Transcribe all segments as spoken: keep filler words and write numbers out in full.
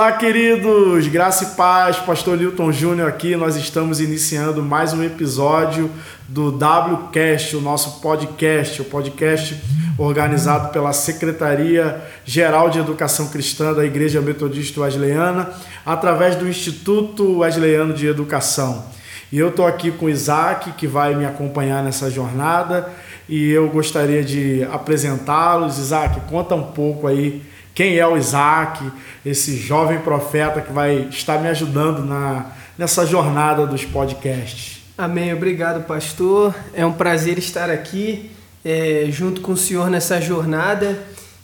Olá, queridos! Graça e paz, Pastor Newton Júnior aqui. Nós estamos iniciando mais um episódio do W Cast, o nosso podcast, o podcast organizado pela Secretaria Geral de Educação Cristã da Igreja Metodista Wesleyana, através do Instituto Wesleyano de Educação. E eu estou aqui com o Isaac, que vai me acompanhar nessa jornada, e eu gostaria de apresentá-los. Isaac, conta um pouco aí quem é o Isaac, esse jovem profeta que vai estar me ajudando na, nessa jornada dos podcasts. Amém, obrigado, pastor. É um prazer estar aqui é, junto com o senhor nessa jornada.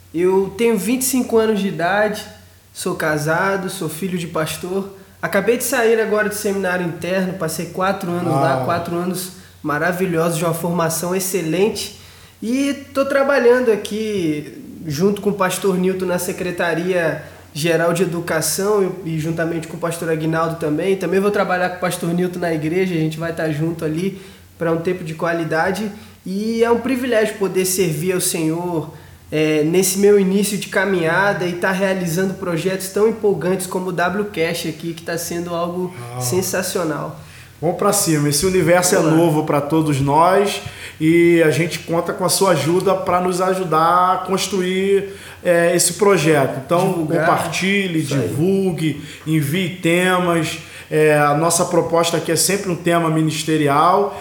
Eu tenho vinte e cinco anos de idade, sou casado, sou filho de pastor. Acabei de sair agora do seminário interno, passei quatro anos ah. lá, quatro anos maravilhosos, de uma formação excelente. E estou trabalhando aqui junto com o pastor Newton na Secretaria Geral de Educação e juntamente com o pastor Aguinaldo também. Também vou trabalhar com o pastor Newton na igreja, a gente vai estar junto ali para um tempo de qualidade. E é um privilégio poder servir ao Senhor é, nesse meu início de caminhada e estar realizando projetos tão empolgantes como o W Cast aqui, que está sendo algo ah. sensacional. Vamos para cima, esse universo Olá. é novo para todos nós e a gente conta com a sua ajuda para nos ajudar a construir é, esse projeto. Então, Divulgar, compartilhe, divulgue, envie temas. É, a nossa proposta aqui é sempre um tema ministerial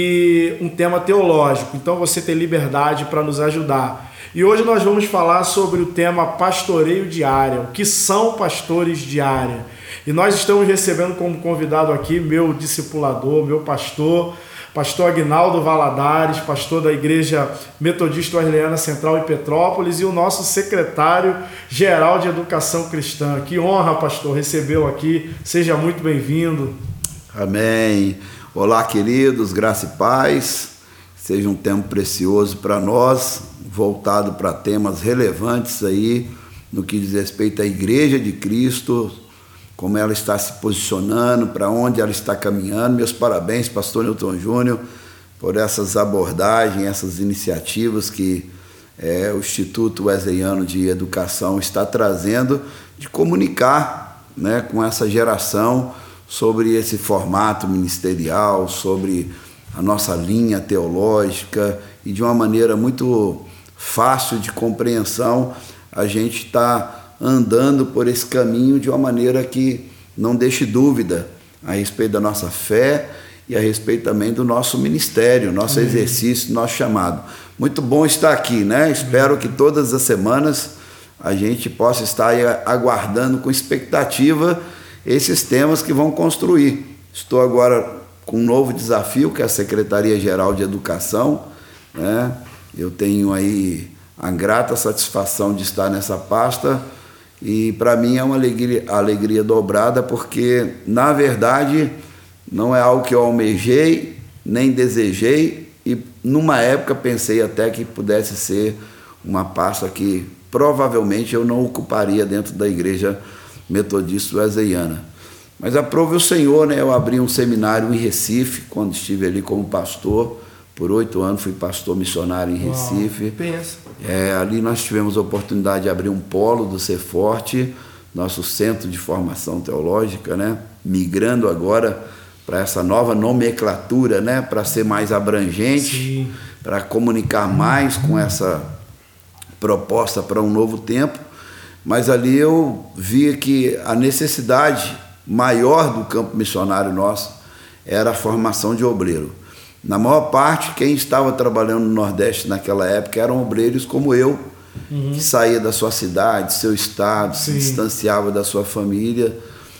e um tema teológico, então você tem liberdade para nos ajudar. E hoje nós vamos falar sobre o tema pastoreio de área, o que são pastores de área. E nós estamos recebendo como convidado aqui meu discipulador, meu pastor, pastor Aguinaldo Valadares, pastor da Igreja Metodista Wesleyana Central em Petrópolis, e o nosso secretário-geral de Educação Cristã. Que honra, pastor, recebê-lo aqui. Seja muito bem-vindo. Amém. Olá, queridos, graça e paz. Seja um tempo precioso para nós, voltado para temas relevantes aí, no que diz respeito à Igreja de Cristo, como ela está se posicionando, para onde ela está caminhando. Meus parabéns, pastor Newton Júnior, por essas abordagens, essas iniciativas que é, o Instituto Wesleyano de Educação está trazendo, de comunicar, né, com essa geração sobre esse formato ministerial, sobre a nossa linha teológica, e de uma maneira muito fácil de compreensão, a gente está andando por esse caminho de uma maneira que não deixe dúvida a respeito da nossa fé e a respeito também do nosso ministério, nosso Amém. exercício, nosso chamado. Muito bom estar aqui, né? Amém. Espero que todas as semanas a gente possa estar aí aguardando com expectativa esses temas que vão construir. Estou agora com um novo desafio, que é a Secretaria Geral de Educação, né? Eu tenho aí a grata satisfação de estar nessa pasta. E para mim é uma alegria, alegria dobrada, porque, na verdade, não é algo que eu almejei, nem desejei, e numa época pensei até que pudesse ser uma pasta que provavelmente eu não ocuparia dentro da Igreja Metodista Wesleyana. Mas aprove o Senhor, né? Eu abri um seminário em Recife, quando estive ali como pastor. Por oito anos fui pastor missionário em Recife. Uau, pensa. É, ali nós tivemos a oportunidade de abrir um polo do Ser Forte, nosso centro de formação teológica, né? Migrando agora para essa nova nomenclatura, né? Para ser mais abrangente, para comunicar mais com essa proposta para um novo tempo. Mas ali eu via que a necessidade maior do campo missionário nosso era a formação de obreiro. Na maior parte, quem estava trabalhando no Nordeste naquela época eram obreiros como eu, uhum. que saía da sua cidade, seu estado, Sim. se distanciava da sua família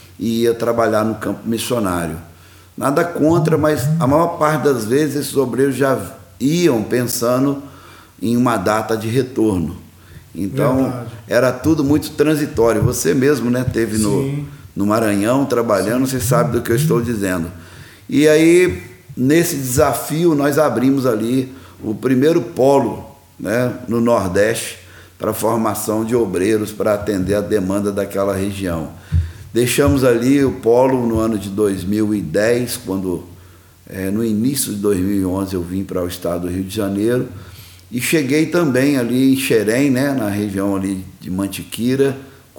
e ia trabalhar no campo missionário. Nada contra, mas a maior parte das vezes esses obreiros já iam pensando em uma data de retorno. Então, Verdade. era tudo muito transitório. Você mesmo, né, teve no, no Maranhão trabalhando, Sim. você sabe do que eu estou dizendo. E aí, nesse desafio, nós abrimos ali o primeiro polo, né, no Nordeste para a formação de obreiros para atender a demanda daquela região. Deixamos ali o polo no ano de dois mil e dez, quando é, no início de dois mil e onze eu vim para o estado do Rio de Janeiro, e cheguei também ali em Xerém, né, na região ali de Mantiqueira,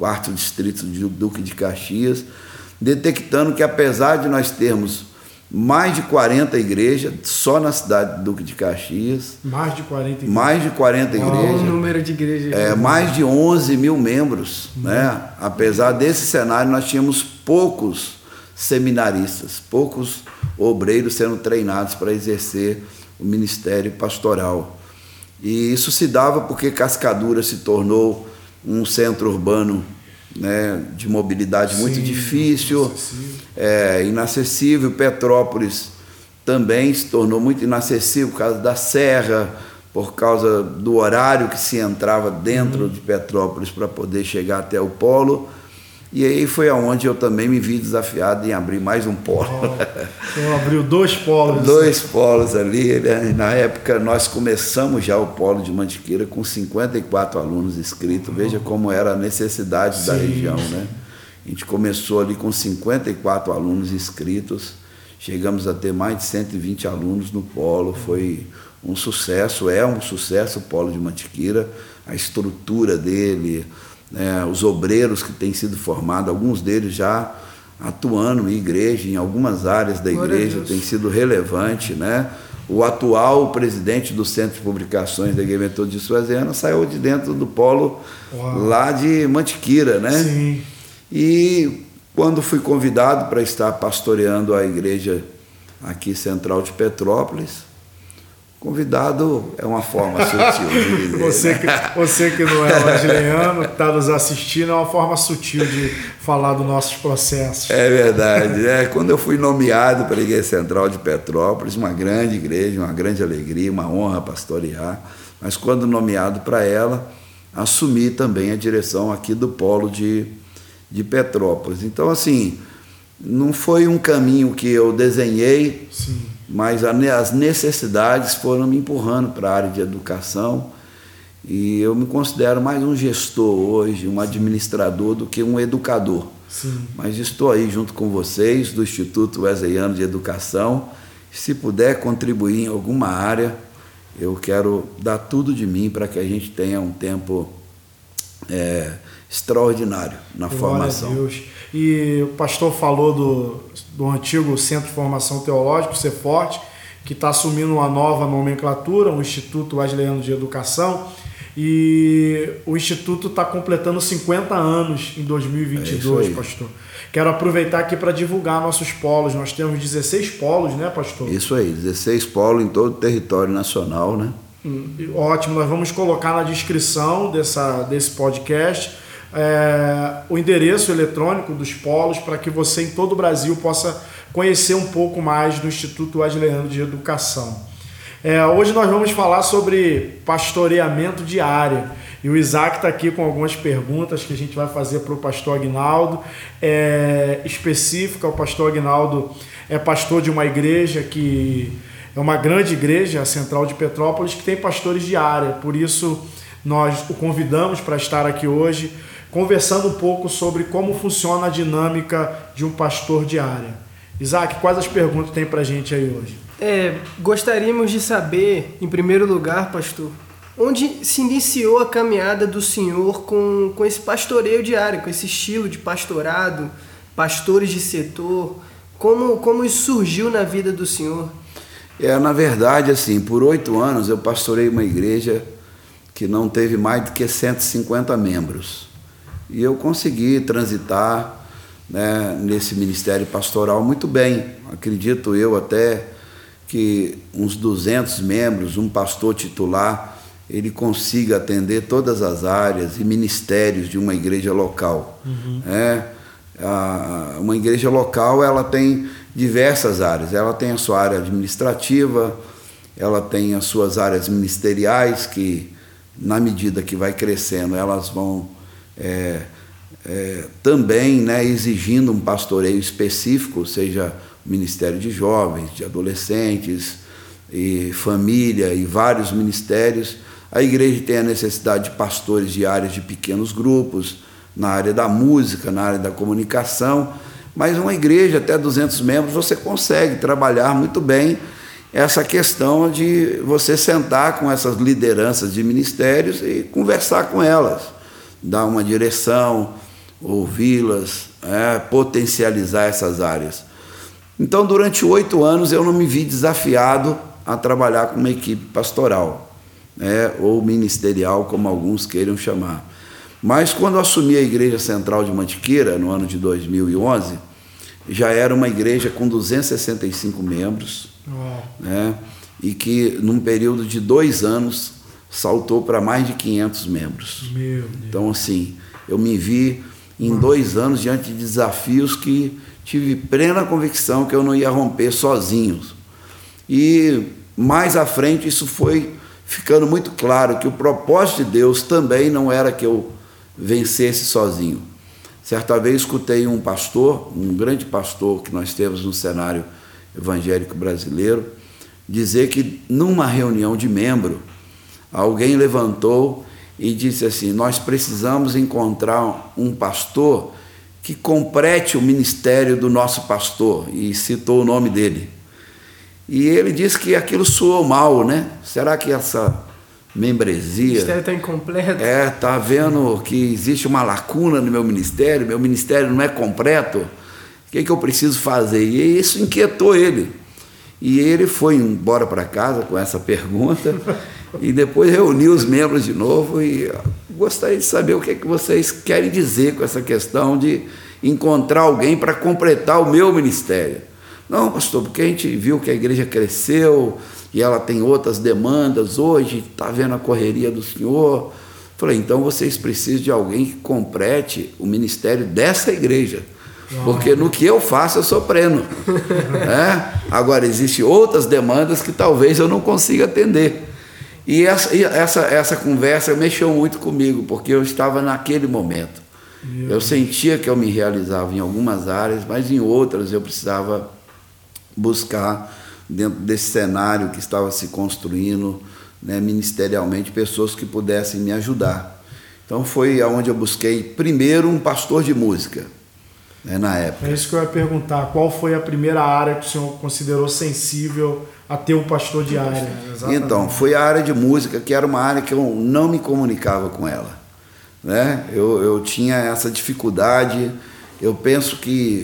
quarto distrito de Duque de Caxias, detectando que apesar de nós termos mais de quarenta igrejas, só na cidade de Duque de Caxias. Mais de quarenta igrejas. Mais de quarenta igrejas. O número de igrejas. É, mais de onze mil membros. Uhum. Né? Apesar desse cenário, nós tínhamos poucos seminaristas, poucos obreiros sendo treinados para exercer o ministério pastoral. E isso se dava porque Cascadura se tornou um centro urbano, né, de mobilidade Sim, muito difícil, inacessível. É, inacessível. Petrópolis também se tornou muito inacessível por causa da serra, por causa do horário que se entrava dentro uhum. de Petrópolis para poder chegar até o polo. E aí foi aonde eu também me vi desafiado em abrir mais um polo. Oh, então abriu dois polos. Dois assim. polos ali. Né? Na época nós começamos já o polo de Mantiqueira com cinquenta e quatro alunos inscritos. Oh. Veja como era a necessidade sim, da região. Sim. Né? A gente começou ali com cinquenta e quatro alunos inscritos. Chegamos a ter mais de cento e vinte alunos no polo. Foi um sucesso, é um sucesso o polo de Mantiqueira. A estrutura dele... É, os obreiros que têm sido formados, alguns deles já atuando em igreja, em algumas áreas da igreja, tem sido relevante, né? O atual presidente do Centro de Publicações da Igreja Metodista Suaziana saiu de dentro do polo Uau. lá de Mantiqueira, né? Sim. E quando fui convidado para estar pastoreando a igreja aqui central de Petrópolis, convidado é uma forma sutil de dizer, você, né? que, você que não é wesleyiano, que está nos assistindo, é uma forma sutil de falar dos nossos processos. É verdade. É, quando eu fui nomeado para a Igreja Central de Petrópolis, uma grande igreja, uma grande alegria, uma honra pastorear, mas quando nomeado para ela, assumi também a direção aqui do polo de, de Petrópolis. Então, assim, não foi um caminho que eu desenhei, Sim. mas as necessidades foram me empurrando para a área de educação e eu me considero mais um gestor hoje, um administrador do que um educador. Sim. Mas estou aí junto com vocês do Instituto Wesleyano de Educação. Se puder contribuir em alguma área, eu quero dar tudo de mim para que a gente tenha um tempo é, extraordinário na Glória formação. A Deus. E o pastor falou do, do antigo Centro de Formação Teológico, Ceforte, que está assumindo uma nova nomenclatura, o Instituto Wesleyano de Educação, e o Instituto está completando cinquenta anos em dois mil e vinte e dois, é pastor. Quero aproveitar aqui para divulgar nossos polos. Nós temos dezesseis polos, né, pastor? Isso aí, dezesseis polos em todo o território nacional, né? Hum, ótimo, nós vamos colocar na descrição dessa, desse podcast É, o endereço eletrônico dos polos para que você em todo o Brasil possa conhecer um pouco mais do Instituto Wesleyano de Educação. É, hoje nós vamos falar sobre pastoreamento de área e o Isaac está aqui com algumas perguntas que a gente vai fazer para o pastor Aguinaldo, é, específica. O pastor Aguinaldo é pastor de uma igreja que é uma grande igreja, a Central de Petrópolis, que tem pastores de área, por isso nós o convidamos para estar aqui hoje conversando um pouco sobre como funciona a dinâmica de um pastor de área. Isaac, quais as perguntas tem para a gente aí hoje? É, gostaríamos de saber, em primeiro lugar, pastor, onde se iniciou a caminhada do senhor com, com esse pastoreio de área, com esse estilo de pastorado, pastores de setor, como, como isso surgiu na vida do senhor? É, na verdade, assim, por oito anos eu pastorei uma igreja que não teve mais do que cento e cinquenta membros. E eu consegui transitar, né, nesse ministério pastoral muito bem. Acredito eu até que uns duzentos membros, um pastor titular, ele consiga atender todas as áreas e ministérios de uma igreja local. Uhum. É, a, uma igreja local ela tem diversas áreas. Ela tem a sua área administrativa, ela tem as suas áreas ministeriais que, na medida que vai crescendo, elas vão É, é, também, né, exigindo um pastoreio específico, seja o Ministério de Jovens, de Adolescentes, e família e vários ministérios. A igreja tem a necessidade de pastores de áreas de pequenos grupos, na área da música, na área da comunicação, mas uma igreja até duzentos membros você consegue trabalhar muito bem essa questão de você sentar com essas lideranças de ministérios e conversar com elas, dar uma direção, ouvi-las, é, potencializar essas áreas. Então, durante oito anos, eu não me vi desafiado a trabalhar com uma equipe pastoral, né, ou ministerial, como alguns queiram chamar. Mas, quando eu assumi a Igreja Central de Mantiqueira, no ano de dois mil e onze, já era uma igreja com duzentos e sessenta e cinco membros, né, e que, num período de dois anos, saltou para mais de quinhentos membros. Meu Deus. Então, assim, eu me vi em dois anos diante de desafios que tive plena convicção que eu não ia romper sozinho. E mais à frente isso foi ficando muito claro que o propósito de Deus também não era que eu vencesse sozinho. Certa vez escutei um pastor, um grande pastor que nós temos no cenário evangélico brasileiro, dizer que numa reunião de membro, alguém levantou e disse assim: nós precisamos encontrar um pastor que complete o ministério do nosso pastor, e citou o nome dele. E ele disse que aquilo soou mal, né? Será que essa membresia... O ministério está incompleto. É, está vendo que existe uma lacuna no meu ministério, meu ministério não é completo, o que, é que eu preciso fazer? E isso inquietou ele. E ele foi embora para casa com essa pergunta e depois reuniu os membros de novo e gostaria de saber o que, é que vocês querem dizer com essa questão de encontrar alguém para completar o meu ministério. Não, pastor, porque a gente viu que a igreja cresceu e ela tem outras demandas hoje, está vendo a correria do senhor. Falei, então vocês precisam de alguém que complete o ministério dessa igreja. Porque no que eu faço eu sou pleno. É? Agora, existem outras demandas que talvez eu não consiga atender. E essa, essa, essa conversa mexeu muito comigo, porque eu estava naquele momento. Eu sentia que eu me realizava em algumas áreas, mas em outras eu precisava buscar, dentro desse cenário que estava se construindo, né, ministerialmente, pessoas que pudessem me ajudar. Então foi aonde eu busquei primeiro um pastor de música. É, na época. É isso que eu ia perguntar. Qual foi a primeira área que o senhor considerou sensível a ter um pastor de área? Exatamente. Então, foi a área de música, que era uma área que eu não me comunicava com ela. Né? Eu, eu tinha essa dificuldade. Eu penso que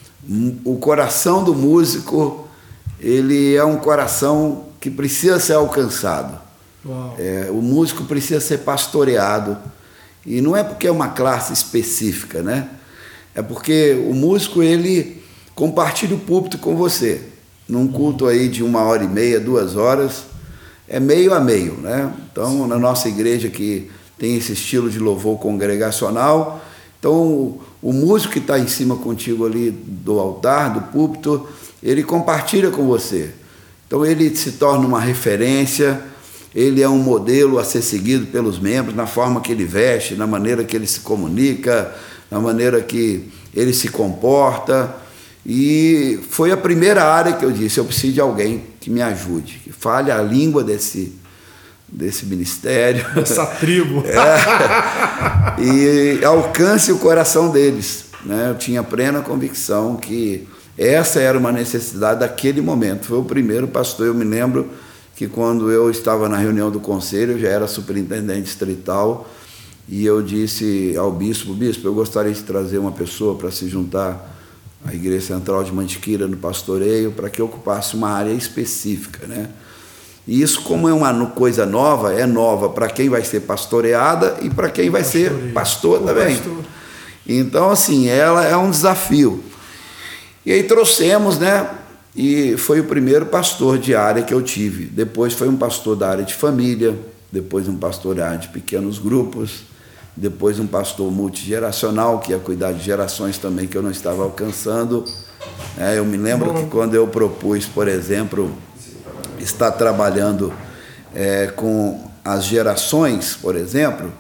o coração do músico, ele é um coração que precisa ser alcançado. É, o músico precisa ser pastoreado. E não é porque é uma classe específica, né? É porque o músico, ele compartilha o púlpito com você. Num culto aí de uma hora e meia, duas horas, é meio a meio, né? Então, na nossa igreja que tem esse estilo de louvor congregacional, então o, o músico que está em cima contigo ali do altar, do púlpito, ele compartilha com você. Então ele se torna uma referência, ele é um modelo a ser seguido pelos membros, na forma que ele veste, na maneira que ele se comunica, na maneira que ele se comporta. E foi a primeira área que eu disse, eu preciso de alguém que me ajude, que fale a língua desse, desse ministério. Essa tribo. É, e alcance o coração deles. Né? Eu tinha plena convicção que essa era uma necessidade daquele momento. Foi o primeiro pastor, eu me lembro que quando eu estava na reunião do conselho, eu já era superintendente distrital, e eu disse ao bispo, bispo, eu gostaria de trazer uma pessoa para se juntar à Igreja Central de Mantiqueira no pastoreio, para que ocupasse uma área específica, né? E isso, como é uma coisa nova, é nova para quem vai ser pastoreada e para quem vai ser pastor também. Pastor. Então, assim, ela é um desafio. E aí trouxemos, né? E foi o primeiro pastor de área que eu tive. Depois foi um pastor da área de família, depois um pastor da área de pequenos grupos, depois um pastor multigeracional, que ia cuidar de gerações também que eu não estava alcançando. É, eu me lembro Bom. que quando eu propus, por exemplo, estar trabalhando é, com as gerações, por exemplo,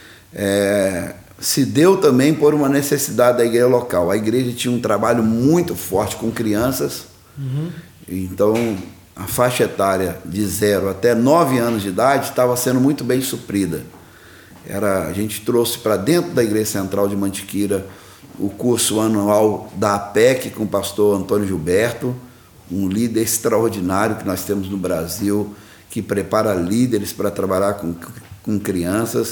é, se deu também por uma necessidade da igreja local. A igreja tinha um trabalho muito forte com crianças, uhum. Então a faixa etária de zero até nove anos de idade estava sendo muito bem suprida. Era, a gente trouxe para dentro da Igreja Central de Mantiqueira o curso anual da A P E C com o pastor Antônio Gilberto, um líder extraordinário que nós temos no Brasil, que prepara líderes para trabalhar com, com crianças.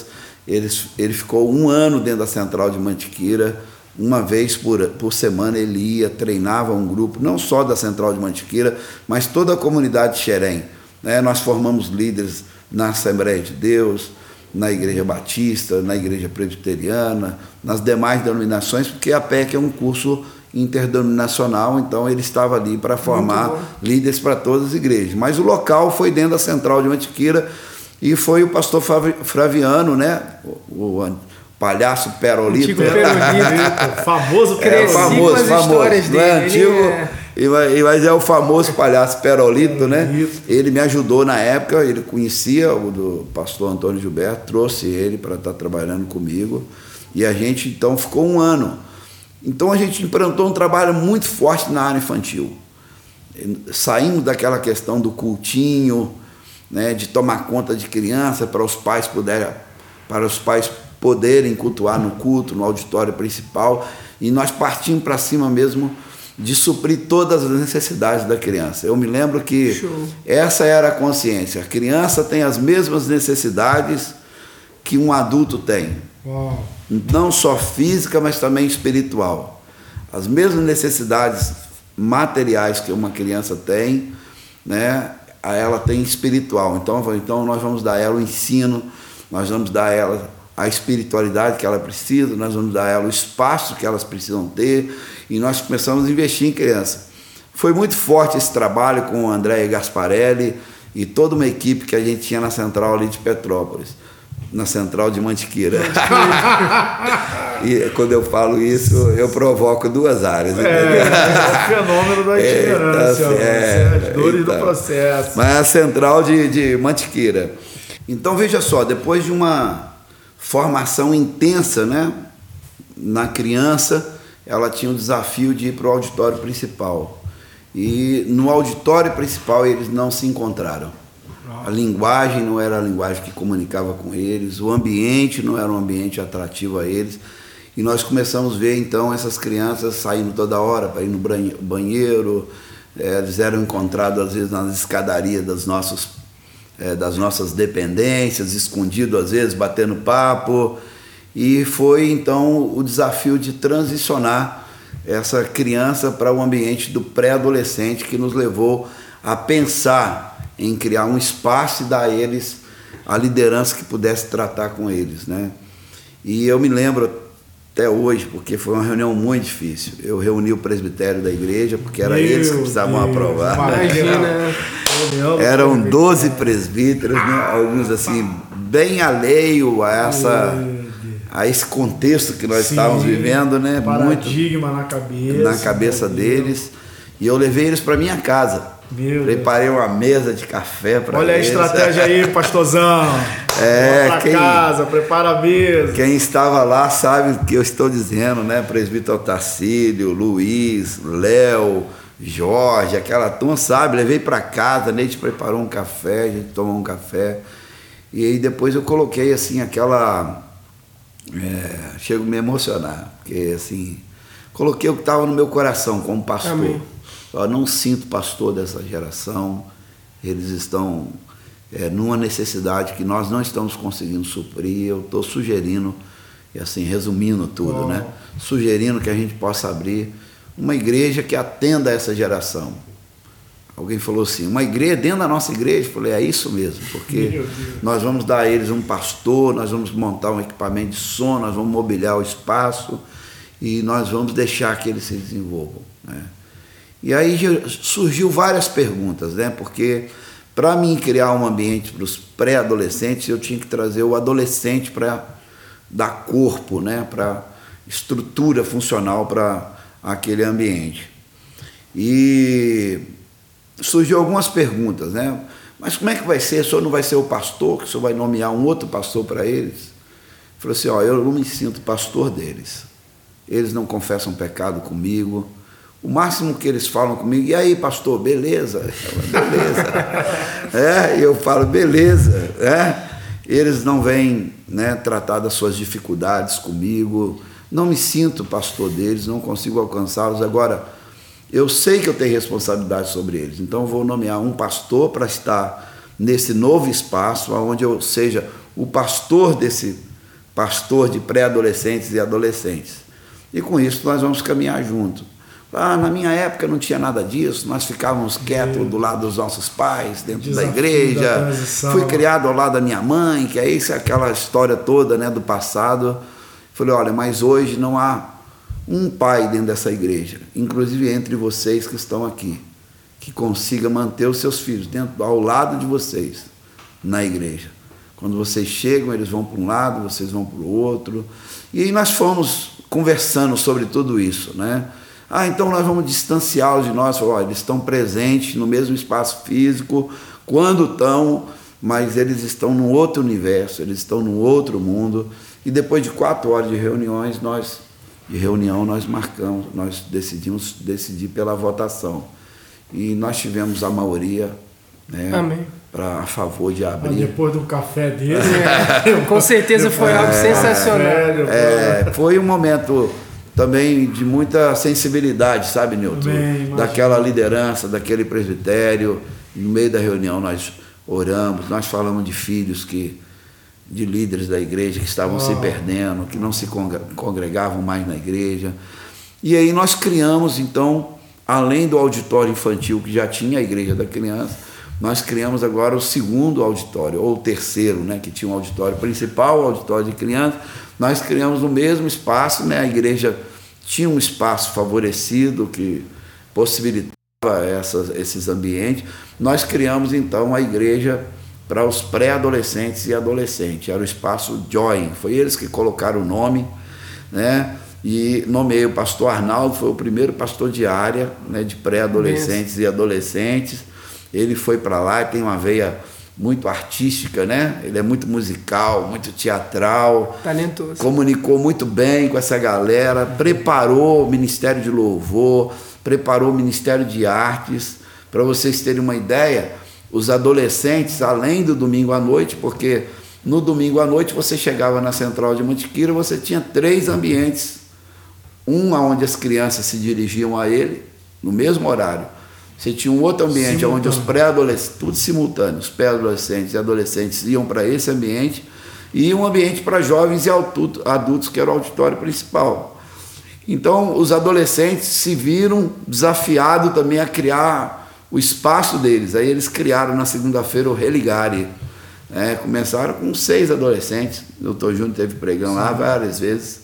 Ele, ele ficou um ano dentro da Central de Mantiqueira. Uma vez por, por semana ele ia, treinava um grupo, não só da Central de Mantiqueira, mas toda a comunidade de Xerém. Né? Nós formamos líderes na Assembleia de Deus, na Igreja Batista, na Igreja Presbiteriana, nas demais denominações, porque a P E C é um curso interdenominacional, então ele estava ali para formar líderes para todas as igrejas. Mas o local foi dentro da Central de Mantiqueira e foi o pastor Flaviano, né? o, o palhaço Perolito. Antigo Perolito, famoso Perolito. É, famoso, com as famoso. histórias dele. É antigo, É... mas é o famoso palhaço Perolito, né? Ele me ajudou na época, ele conhecia o do pastor Antônio Gilberto, trouxe ele para estar trabalhando comigo, e a gente então ficou um ano. Então a gente implantou um trabalho muito forte na área infantil. Saímos daquela questão do cultinho, né, de tomar conta de criança para os pais puderem, para os pais poderem cultuar no culto, no auditório principal, e nós partimos para cima mesmo de suprir todas as necessidades da criança. Eu me lembro que Show. Essa era a consciência. A criança tem as mesmas necessidades que um adulto tem. Uau. Não só física, mas também espiritual. As mesmas necessidades materiais que uma criança tem, né, ela tem espiritual. Então, então nós vamos dar a ela o ensino, nós vamos dar a ela a espiritualidade que ela precisa, nós vamos dar a ela o espaço que elas precisam ter, e nós começamos a investir em criança. Foi muito forte esse trabalho com o André Gasparelli e toda uma equipe que a gente tinha na central ali de Petrópolis, na central de Mantiqueira. E quando eu falo isso, eu provoco duas áreas. É, é o fenômeno da itinerância, é, é, as dores então, do processo. Mas a central de, de Mantiqueira. Então, veja só, depois de uma formação intensa, né, na criança, ela tinha o desafio de ir para o auditório principal. E no auditório principal eles não se encontraram. A linguagem não era a linguagem que comunicava com eles, o ambiente não era um ambiente atrativo a eles. E nós começamos a ver, então, essas crianças saindo toda hora para ir no banheiro. É, eles eram encontrados, às vezes, nas escadarias dos nossos É, das nossas dependências, escondido às vezes, batendo papo, e foi então o desafio de transicionar essa criança para o ambiente do pré-adolescente, que nos levou a pensar em criar um espaço e dar a eles a liderança que pudesse tratar com eles, né? E eu me lembro até hoje, porque foi uma reunião muito difícil. Eu reuni o presbitério da igreja, porque era Meu eles que precisavam Deus, aprovar. Imagina. Eram doze presbíteros, né? Alguns assim, bem alheio a, essa, a esse contexto que nós Sim, estávamos vivendo, né? Paradigma muito na cabeça. Na cabeça deles. E eu levei eles para minha casa. Meu Preparei Deus. Uma mesa de café para eles. Olha a estratégia aí, pastorzão. É, Vamos pra casa, prepara a mesa. Quem estava lá sabe o que eu estou dizendo, né? Presbítero Tarcílio, Luiz, Léo, Jorge, aquela turma, sabe? Levei para casa, a Neide preparou um café, a gente tomou um café. E aí depois eu coloquei assim aquela... É, chego a me emocionar, porque assim... Coloquei o que estava no meu coração como pastor. Amém. Eu não sinto pastor dessa geração, eles estão é, numa necessidade que nós não estamos conseguindo suprir. Eu estou sugerindo, e assim, resumindo tudo, oh. né? Sugerindo que a gente possa abrir uma igreja que atenda a essa geração. Alguém falou assim, uma igreja dentro da nossa igreja? Eu falei, é isso mesmo, porque nós vamos dar a eles um pastor, nós vamos montar um equipamento de som, nós vamos mobiliar o espaço e nós vamos deixar que eles se desenvolvam, né? E aí surgiu várias perguntas, né? Porque para mim criar um ambiente para os pré-adolescentes, eu tinha que trazer o adolescente para dar corpo, né? Para estrutura funcional para aquele ambiente. E surgiu algumas perguntas, né? Mas como é que vai ser? O senhor não vai ser o pastor, que o senhor vai nomear um outro pastor para eles? Falei assim, ó, eu não me sinto pastor deles. Eles não confessam pecado comigo. O máximo que eles falam comigo, e aí, pastor, beleza? Eu falo, beleza. é, eu falo, beleza. É. Eles não vêm, né, tratar das suas dificuldades comigo. Não me sinto pastor deles, não consigo alcançá-los. Agora, eu sei que eu tenho responsabilidade sobre eles, então eu vou nomear um pastor para estar nesse novo espaço, onde eu seja o pastor desse, pastor de pré-adolescentes e adolescentes. E com isso nós vamos caminhar junto. Ah, na minha época não tinha nada disso, nós ficávamos quietos do lado dos nossos pais, dentro Desafio da igreja, da fui criado ao lado da minha mãe, que é isso, aquela história toda, né, do passado. Falei, olha, mas hoje não há um pai dentro dessa igreja, inclusive entre vocês que estão aqui, que consiga manter os seus filhos dentro, ao lado de vocês, na igreja. Quando vocês chegam, eles vão para um lado, vocês vão para o outro. E aí nós fomos conversando sobre tudo isso, né? Ah, então nós vamos distanciá-los de nós. Olha, eles estão presentes no mesmo espaço físico, quando estão, mas eles estão num outro universo, eles estão num outro mundo. E depois de quatro horas de reuniões, nós, de reunião, nós marcamos, nós decidimos decidir pela votação. E nós tivemos a maioria, né, pra, a favor de abrir. Mas depois do café dele... É, com certeza foi algo é, sensacional. É, foi um momento... também de muita sensibilidade, sabe, Nilton? Bem, daquela liderança, daquele presbitério. No meio da reunião nós oramos, nós falamos de filhos que, de líderes da igreja que estavam oh. se perdendo, que não se congregavam mais na igreja. E aí nós criamos, então, além do auditório infantil que já tinha a igreja da criança, nós criamos agora o segundo auditório, ou o terceiro, né, que tinha um auditório principal, o auditório de criança. Nós criamos o mesmo espaço, né? A igreja tinha um espaço favorecido que possibilitava essas, esses ambientes. Nós criamos, então, a igreja para os pré-adolescentes e adolescentes. Era o espaço Join. Foi eles que colocaram o nome, né? E nomeei o pastor Arnaldo, foi o primeiro pastor de área, né, de pré-adolescentes e adolescentes. Ele foi para lá e tem uma veia muito artística, né? Ele é muito musical, muito teatral. Talentoso. Comunicou muito bem com essa galera, preparou o Ministério de Louvor, preparou o Ministério de Artes. Para vocês terem uma ideia, os adolescentes, além do domingo à noite, porque no domingo à noite você chegava na Central de Mantiqueira, você tinha três ambientes. Um onde as crianças se dirigiam a ele, no mesmo horário. Você tinha um outro ambiente onde os pré-adolescentes, tudo simultâneo, os pré-adolescentes e adolescentes iam para esse ambiente, e um ambiente para jovens e adultos, que era o auditório principal. Então, os adolescentes se viram desafiados também a criar o espaço deles. Aí eles criaram na segunda-feira o Religare. É, começaram com seis adolescentes, o doutor Júnior teve pregão lá várias vezes.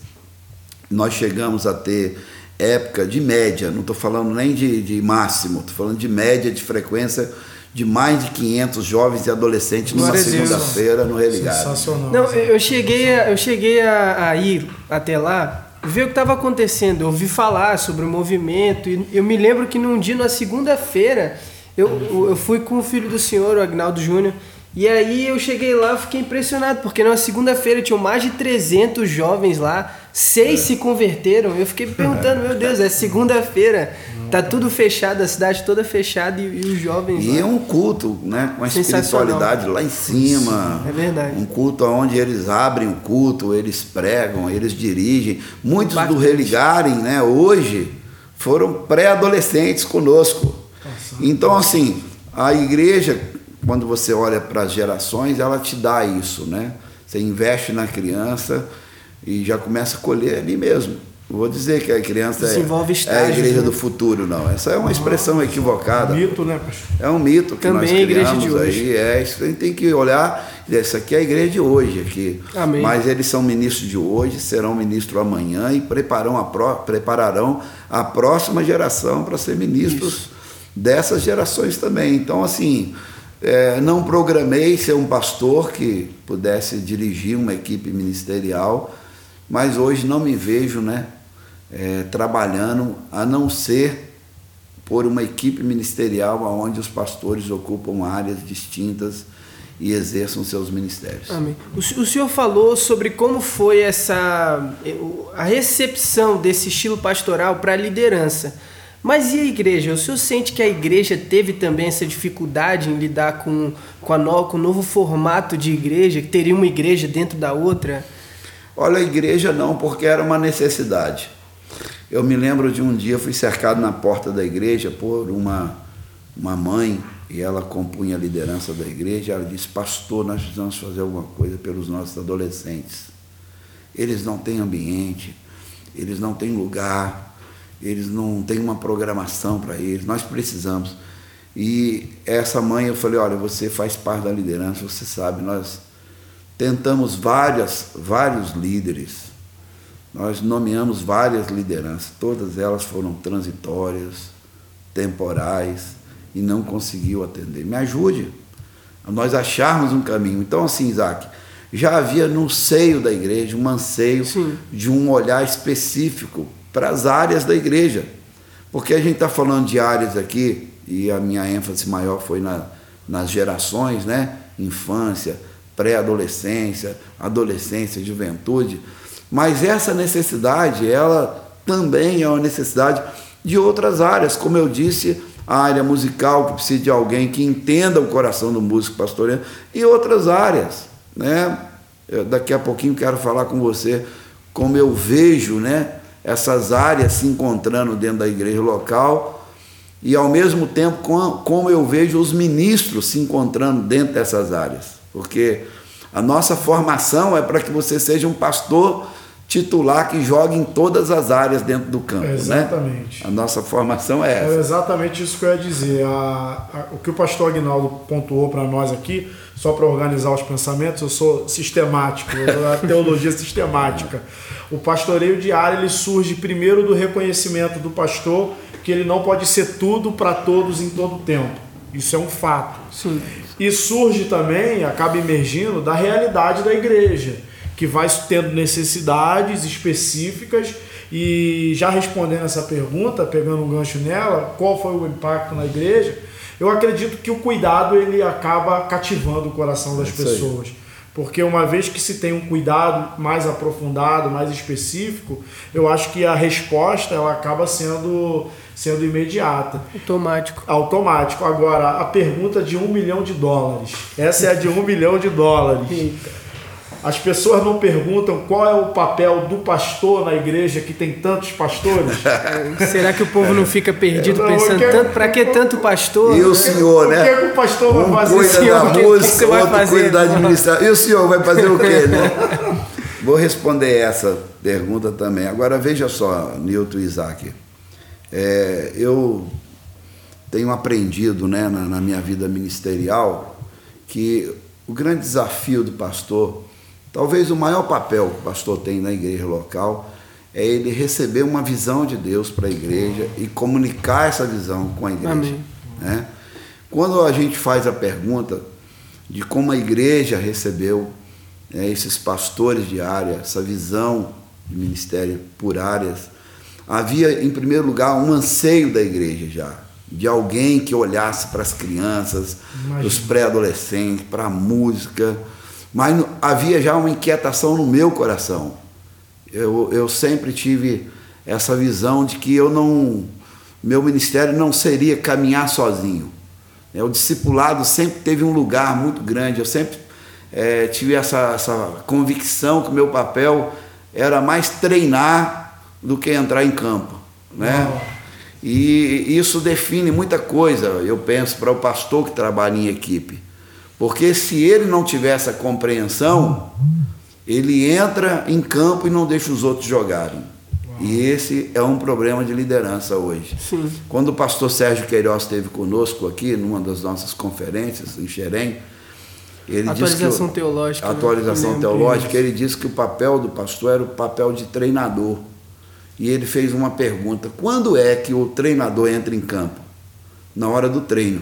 Nós chegamos a ter época de média, não estou falando nem de, de máximo, estou falando de média de frequência de mais de quinhentos jovens e adolescentes numa segunda-feira no Religare. Sensacional. Não, eu cheguei, a, eu cheguei a, a ir até lá, ver o que estava acontecendo, eu ouvi falar sobre o movimento, e eu me lembro que num dia, na segunda-feira, eu, eu fui com o filho do senhor, o Agnaldo Júnior, e aí eu cheguei lá e fiquei impressionado, porque na segunda-feira tinham mais de trezentos jovens lá, seis é. se converteram. Eu fiquei me perguntando, meu Deus, é segunda-feira, tá tudo fechado, a cidade toda fechada, e, e os jovens E lá. é um culto, né, com a espiritualidade lá em cima. É verdade. Um culto onde eles abrem o culto, eles pregam, eles dirigem. Muitos Bastante. do Religare, né, hoje, foram pré-adolescentes conosco. Nossa. Então, assim, a igreja, quando você olha para as gerações, ela te dá isso, né? Você investe na criança e já começa a colher ali mesmo. Não vou dizer que a criança é, é a igreja, né, do futuro, não. Essa é uma expressão equivocada. É um mito, né, pastor? É um mito que Também nós criamos a igreja de hoje. Aí. É, isso a gente tem que olhar. Essa aqui é a igreja de hoje. Aqui. Amém. Mas eles são ministros de hoje, serão ministros amanhã e prepararão a, pró, prepararão a próxima geração para ser ministros isso. dessas gerações também. Então, assim... É, não programei ser um pastor que pudesse dirigir uma equipe ministerial, mas hoje não me vejo, né, é, trabalhando a não ser por uma equipe ministerial onde os pastores ocupam áreas distintas e exerçam seus ministérios. Amém. O, o senhor falou sobre como foi essa a recepção desse estilo pastoral para a liderança. Mas e a igreja? O senhor sente que a igreja teve também essa dificuldade em lidar com, com, a no, com o novo formato de igreja, que teria uma igreja dentro da outra? Olha, a igreja não, porque era uma necessidade. Eu me lembro de um dia, eu fui cercado na porta da igreja por uma, uma mãe, e ela compunha a liderança da igreja. Ela disse: pastor, nós precisamos fazer alguma coisa pelos nossos adolescentes. eles não têm ambiente, eles não têm lugar, eles não têm uma programação para eles, nós precisamos. E essa mãe, eu falei, olha, você faz parte da liderança, você sabe, nós tentamos várias, vários líderes, nós nomeamos várias lideranças, todas elas foram transitórias, temporais, e não conseguiu atender. Me ajude a nós acharmos um caminho. Então, assim, Isaac, já havia no seio da igreja um anseio Sim. de um olhar específico para as áreas da igreja. Porque a gente está falando de áreas aqui, e a minha ênfase maior foi na, nas gerações, né? Infância, pré-adolescência, adolescência, juventude. Mas essa necessidade, ela também é uma necessidade de outras áreas, como eu disse, a área musical, que precisa de alguém que entenda o coração do músico pastoreando, e outras áreas, né? Eu, daqui a pouquinho quero falar com você como eu vejo, né, essas áreas se encontrando dentro da igreja local e, ao mesmo tempo, como eu vejo os ministros se encontrando dentro dessas áreas, porque a nossa formação é para que você seja um pastor titular que joga em todas as áreas dentro do campo. Exatamente. Né? A nossa formação é essa. É exatamente isso que eu ia dizer. A, a, o que o pastor Aguinaldo pontuou para nós aqui, só para organizar os pensamentos, eu sou sistemático, a teologia sistemática. O pastoreio diário, ele surge primeiro do reconhecimento do pastor que ele não pode ser tudo para todos em todo o tempo. Isso é um fato. Sim. E surge também, acaba emergindo, da realidade da igreja, que vai tendo necessidades específicas. E já respondendo essa pergunta, pegando um gancho nela, qual foi o impacto na igreja? Eu acredito que o cuidado ele acaba cativando o coração das pessoas. Porque uma vez que se tem um cuidado mais aprofundado, mais específico, eu acho que a resposta ela acaba sendo, sendo imediata. Automático. Automático. Agora, a pergunta de um milhão de dólares. Essa é a de um milhão de dólares. Eita. As pessoas não perguntam qual é o papel do pastor na igreja que tem tantos pastores. Será que o povo não fica perdido não, pensando, que, tanto, para que tanto pastor? E o senhor, né? O que, que o pastor um vai fazer? Cuida senhor, da que, música, que outro fazer, cuida da administração. E o senhor vai fazer o quê, né? Vou responder essa pergunta também. Agora, veja só, Nilton e Isaac. É, eu tenho aprendido, né, na, na minha vida ministerial que o grande desafio do pastor, talvez o maior papel que o pastor tem na igreja local, é ele receber uma visão de Deus para a igreja e comunicar essa visão com a igreja. Amém. Né? Quando a gente faz a pergunta de como a igreja recebeu, né, esses pastores de área, essa visão de ministério por áreas, havia, em primeiro lugar, um anseio da igreja já, de alguém que olhasse para as crianças, para os pré-adolescentes, para a música. Mas havia já uma inquietação no meu coração. Eu, eu sempre tive essa visão de que eu não, meu ministério não seria caminhar sozinho. O discipulado sempre teve um lugar muito grande. Eu sempre é, tive essa, essa convicção que o meu papel era mais treinar do que entrar em campo, né? Oh. E isso define muita coisa, eu penso, para o pastor que trabalha em equipe. Porque se ele não tiver essa compreensão, ele entra em campo e não deixa os outros jogarem. Uau. E esse é um problema de liderança hoje. Sim. Quando o pastor Sérgio Queiroz esteve conosco aqui, numa das nossas conferências em Xerém, ele atualização disse que, teológica. atualização né? teológica, ele disse que o papel do pastor era o papel de treinador. E ele fez uma pergunta: quando é que o treinador entra em campo? Na hora do treino.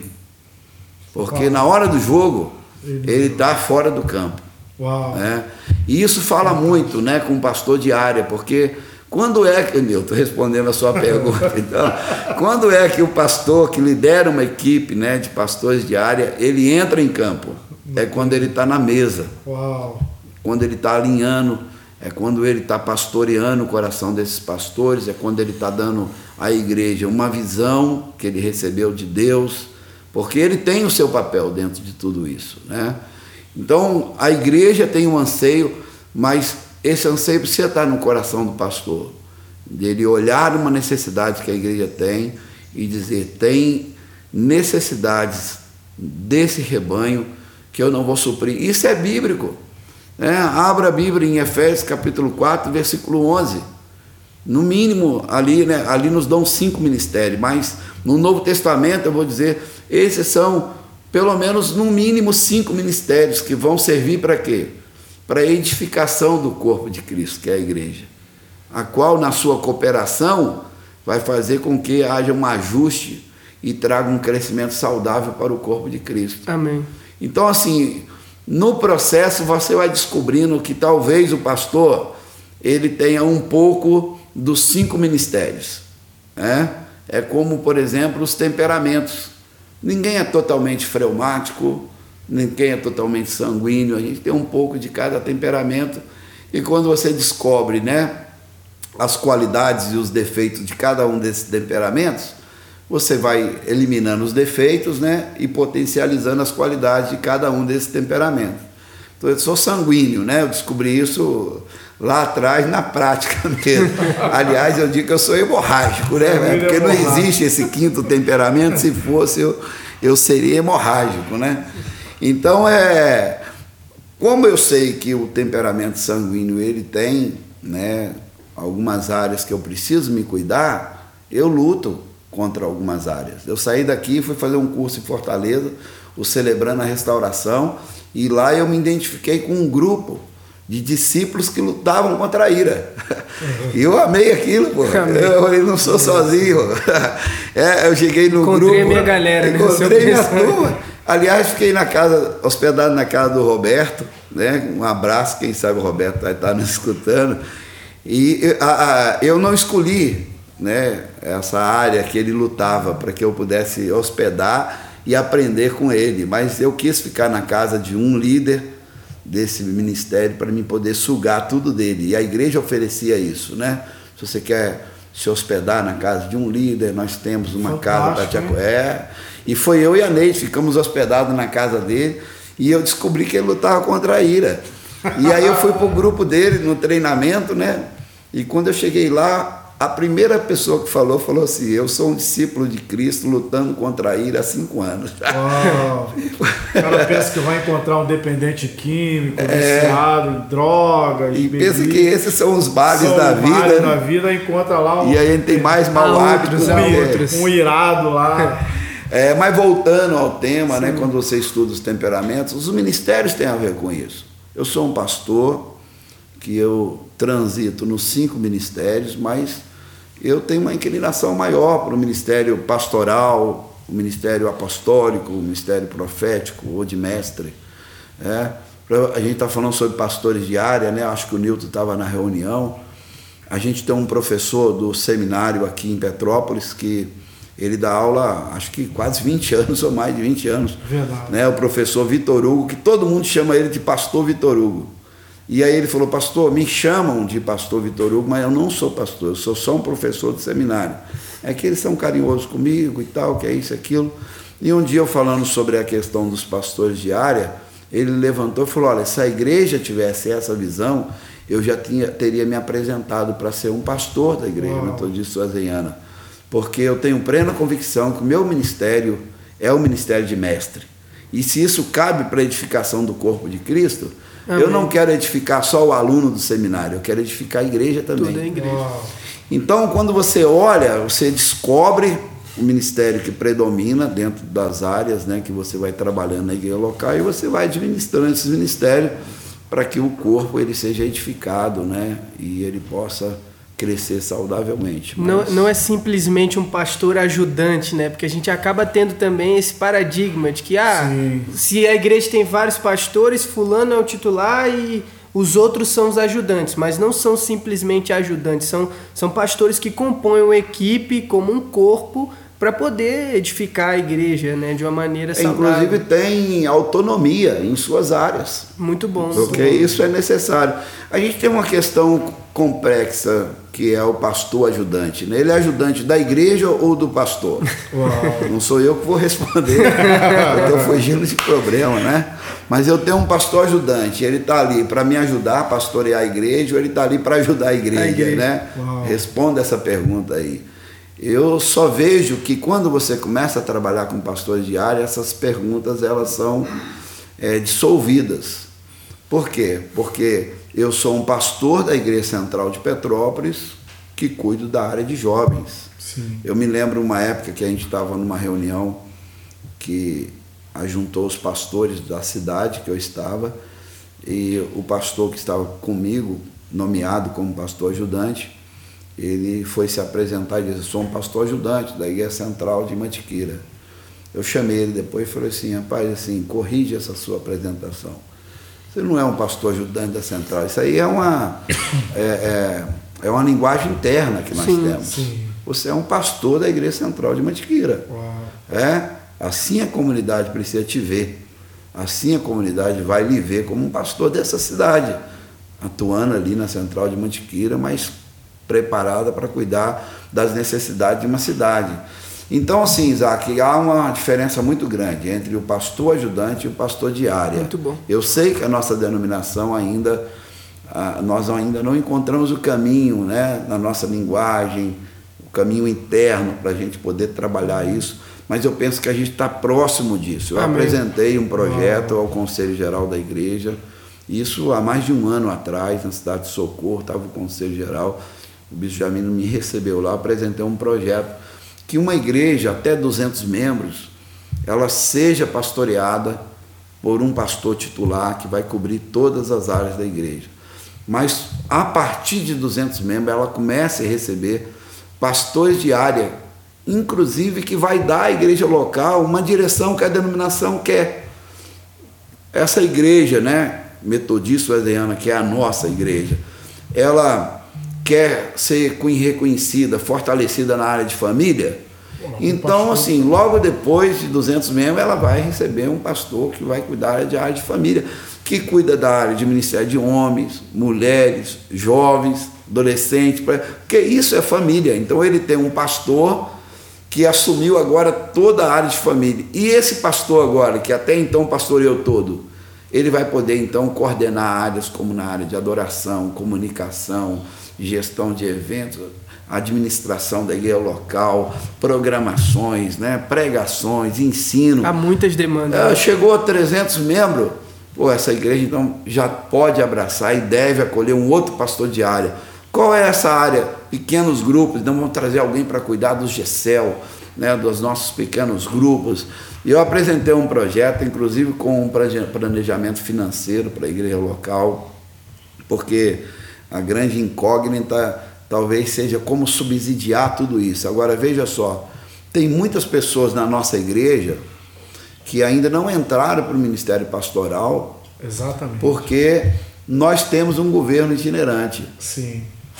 Porque na hora do jogo, ele está fora do campo. Uau. Né? E isso fala muito, né, com o pastor de área, porque quando é que, meu, estou respondendo a sua pergunta, então, quando é que o pastor que lidera uma equipe, né, de pastores de área, ele entra em campo? É quando ele está na mesa. Uau. Quando ele está alinhando, é quando ele está pastoreando o coração desses pastores, é quando ele está dando à igreja uma visão que ele recebeu de Deus, porque ele tem o seu papel dentro de tudo isso, né? Então, a igreja tem um anseio, mas esse anseio precisa estar no coração do pastor, dele olhar uma necessidade que a igreja tem e dizer: tem necessidades desse rebanho que eu não vou suprir. Isso é bíblico. É, abra a Bíblia em Efésios capítulo quatro, versículo onze. No mínimo, ali, né, ali nos dão cinco ministérios, mas no Novo Testamento, eu vou dizer, esses são pelo menos no mínimo cinco ministérios que vão servir para quê? Para a edificação do corpo de Cristo, que é a igreja, a qual na sua cooperação vai fazer com que haja um ajuste e traga um crescimento saudável para o corpo de Cristo. Amém. Então, assim, no processo você vai descobrindo que talvez o pastor ele tenha um pouco dos cinco ministérios, né? É como, por exemplo, os temperamentos. Ninguém é totalmente fleumático, ninguém é totalmente sanguíneo, a gente tem um pouco de cada temperamento, e quando você descobre, né, as qualidades e os defeitos de cada um desses temperamentos, você vai eliminando os defeitos, né, e potencializando as qualidades de cada um desses temperamentos. Então, eu sou sanguíneo, né, eu descobri isso lá atrás na prática mesmo. Aliás, eu digo que eu sou hemorrágico, né, porque não existe esse quinto temperamento, se fosse eu, eu seria hemorrágico, né. Então, é, como eu sei que o temperamento sanguíneo ele tem, né, algumas áreas que eu preciso me cuidar, eu luto contra algumas áreas. Eu saí daqui e fui fazer um curso em Fortaleza, o Celebrando a Restauração, e lá eu me identifiquei com um grupo de discípulos que lutavam contra a ira. E eu amei aquilo, pô. Eu falei, não sou sozinho. É, eu cheguei no encontrei grupo... Encontrei a minha galera. Encontrei minha turma. Aliás, fiquei na casa, hospedado na casa do Roberto, né? Um abraço, quem sabe o Roberto vai estar nos escutando. E a, a, eu não escolhi, né, essa área que ele lutava para que eu pudesse hospedar e aprender com ele, mas eu quis ficar na casa de um líder desse ministério para mim poder sugar tudo dele, e a igreja oferecia isso, né? Se você quer se hospedar na casa de um líder, nós temos uma Fantástico, casa para te acolher. E foi eu e a Neide, ficamos hospedados na casa dele, e eu descobri que ele lutava contra a ira. E aí eu fui para o grupo dele no treinamento, né? E quando eu cheguei lá, a primeira pessoa que falou, falou assim, eu sou um discípulo de Cristo lutando contra a ira há cinco anos. Uau. O cara pensa que vai encontrar um dependente químico, é, viciado em drogas, e bebida. pensa que esses são os males são da os vida. Males né? da vida, encontra lá um... E aí a gente tem mais mau hábito. Um, um irado lá. É, mas voltando ao tema, né, quando você estuda os temperamentos, os ministérios têm a ver com isso. Eu sou um pastor, que eu transito nos cinco ministérios, mas eu tenho uma inclinação maior para o ministério pastoral, o ministério apostólico, o ministério profético ou de mestre. É, a gente está falando sobre pastores de área, né? Acho que o Nilton estava na reunião. A gente tem um professor do seminário aqui em Petrópolis que ele dá aula, acho que quase vinte anos ou mais de vinte anos. Verdade. Né? O professor Vitor Hugo, que todo mundo chama ele de pastor Vitor Hugo. E aí ele falou, pastor, me chamam de pastor Vitor Hugo, mas eu não sou pastor, eu sou só um professor de seminário. É que eles são carinhosos comigo e tal, que é isso, aquilo. E um dia eu falando sobre a questão dos pastores de área, ele levantou e falou, olha, se a igreja tivesse essa visão, eu já tinha, teria me apresentado para ser um pastor da igreja metodista suazeiana. Porque eu tenho plena convicção que o meu ministério é o ministério de mestre. E se isso cabe para a edificação do corpo de Cristo, Amém. Eu não quero edificar só o aluno do seminário, eu quero edificar a igreja também. Tudo é igreja. Então, quando você olha, você descobre o ministério que predomina dentro das áreas, né, que você vai trabalhando na igreja local, e você vai administrando esses ministérios para que o corpo ele seja edificado, né, e ele possa crescer saudavelmente. Mas... Não, não é simplesmente um pastor ajudante, né? Porque a gente acaba tendo também esse paradigma de que ah, se a igreja tem vários pastores, fulano é o titular e os outros são os ajudantes, mas não são simplesmente ajudantes, são, são pastores que compõem uma equipe como um corpo para poder edificar a igreja, né, de uma maneira saudável. Inclusive tem autonomia em suas áreas. Muito bom. Porque sim. Isso é necessário. A gente tem uma questão complexa que é o pastor ajudante, né? Ele é ajudante da igreja ou do pastor? Uau. Não sou eu que vou responder, eu estou fugindo de problema, né? Mas eu tenho um pastor ajudante, ele está ali para me ajudar a pastorear a igreja ou ele está ali para ajudar a igreja, a igreja. Né? Uau. Responda essa pergunta aí. Eu só vejo que quando você começa a trabalhar com pastores de área, essas perguntas elas são é, dissolvidas. Por quê? Porque eu sou um pastor da Igreja Central de Petrópolis que cuido da área de jovens. Sim. Eu me lembro uma época que a gente estava numa reunião que ajuntou os pastores da cidade que eu estava, e o pastor que estava comigo, nomeado como pastor ajudante, ele foi se apresentar e disse: sou um pastor ajudante da Igreja Central de Mantiqueira. Eu chamei ele depois e falei assim: rapaz, assim, corrige essa sua apresentação. Você não é um pastor ajudante da Central, isso aí é uma, é, é, é uma linguagem interna que nós sim, temos. Sim. Você é um pastor da Igreja Central de Mantiqueira. Uau. É? Assim a comunidade precisa te ver. Assim a comunidade vai lhe ver como um pastor dessa cidade, atuando ali na Central de Mantiqueira, mas preparada para cuidar das necessidades de uma cidade. Então, assim, Isaac, há uma diferença muito grande entre o pastor ajudante e o pastor de área. Muito bom. Eu sei que a nossa denominação ainda, nós ainda não encontramos o caminho, né, na nossa linguagem, o caminho interno para a gente poder trabalhar isso, mas eu penso que a gente está próximo disso. Eu Amém. apresentei um projeto ao Conselho Geral da Igreja, isso há mais de um ano atrás, na cidade de Socorro, estava o Conselho Geral, o bispo Jamino me recebeu lá, apresentei um projeto que uma igreja até duzentos membros, ela seja pastoreada por um pastor titular que vai cobrir todas as áreas da igreja. Mas a partir de duzentos membros, ela começa a receber pastores de área, inclusive que vai dar à igreja local uma direção que a denominação quer. Essa igreja, né, metodista wesleyana, que é a nossa igreja, ela quer ser reconhecida, fortalecida na área de família. Então, assim, logo depois de duzentos membros, ela vai receber um pastor que vai cuidar da área de família, que cuida da área de ministério de homens, mulheres, jovens, adolescentes, porque isso é família. Então, ele tem um pastor que assumiu agora toda a área de família. E esse pastor agora, que até então pastoreou todo, ele vai poder, então, coordenar áreas como na área de adoração, comunicação, gestão de eventos, administração da igreja local, programações, né, pregações, ensino. Há muitas demandas. É, chegou a trezentos membros, pô, essa igreja então já pode abraçar e deve acolher um outro pastor de área. Qual é essa área? Pequenos grupos, então vamos trazer alguém para cuidar do G E C E L, né, dos nossos pequenos grupos. E eu apresentei um projeto, inclusive com um planejamento financeiro para a igreja local, porque a grande incógnita talvez seja como subsidiar tudo isso. Agora, veja só, tem muitas pessoas na nossa igreja que ainda não entraram para o ministério pastoral. Exatamente. Porque nós temos um governo itinerante. Sim.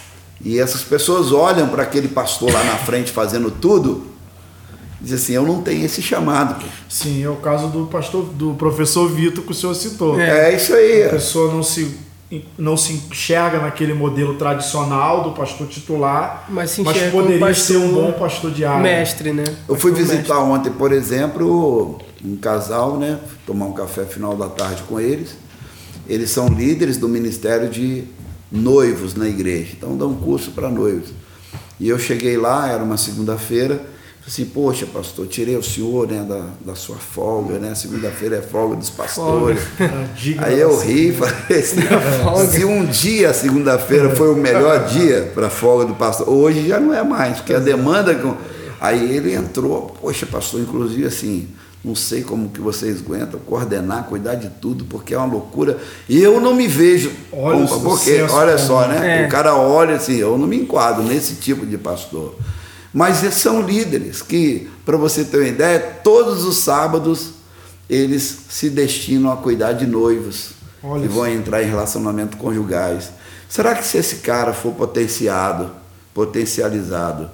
E essas pessoas olham para aquele pastor lá na frente fazendo tudo e dizem assim: eu não tenho esse chamado. Sim, é o caso do pastor, do professor Vitor que o senhor citou. É, é isso aí. A pessoa não se não se enxerga naquele modelo tradicional do pastor titular, mas, se mas poderia ser um bom pastor de área. Mestre, né? Eu fui pastor visitar mestre. ontem, por exemplo, um casal, né? Tomar um café final da tarde com eles. Eles são líderes do ministério de noivos na igreja, então dão curso para noivos. E eu cheguei lá, era uma segunda-feira, assim: poxa, pastor, tirei o senhor, né, da, da sua folga, né? Segunda-feira é folga dos pastores. Aí eu ri e falei assim: se um dia a segunda-feira foi o melhor dia para a folga do pastor, hoje já não é mais, porque a demanda... Aí ele entrou: poxa, pastor, inclusive assim, não sei como que vocês aguentam coordenar, cuidar de tudo, porque é uma loucura. E eu não me vejo, olha, como, porque, olha só, né? É. O cara olha assim: eu não me enquadro nesse tipo de pastor. Mas eles são líderes que, para você ter uma ideia, todos os sábados eles se destinam a cuidar de noivos Olha que vão entrar em relacionamento conjugais. Será que se esse cara for potenciado, potencializado,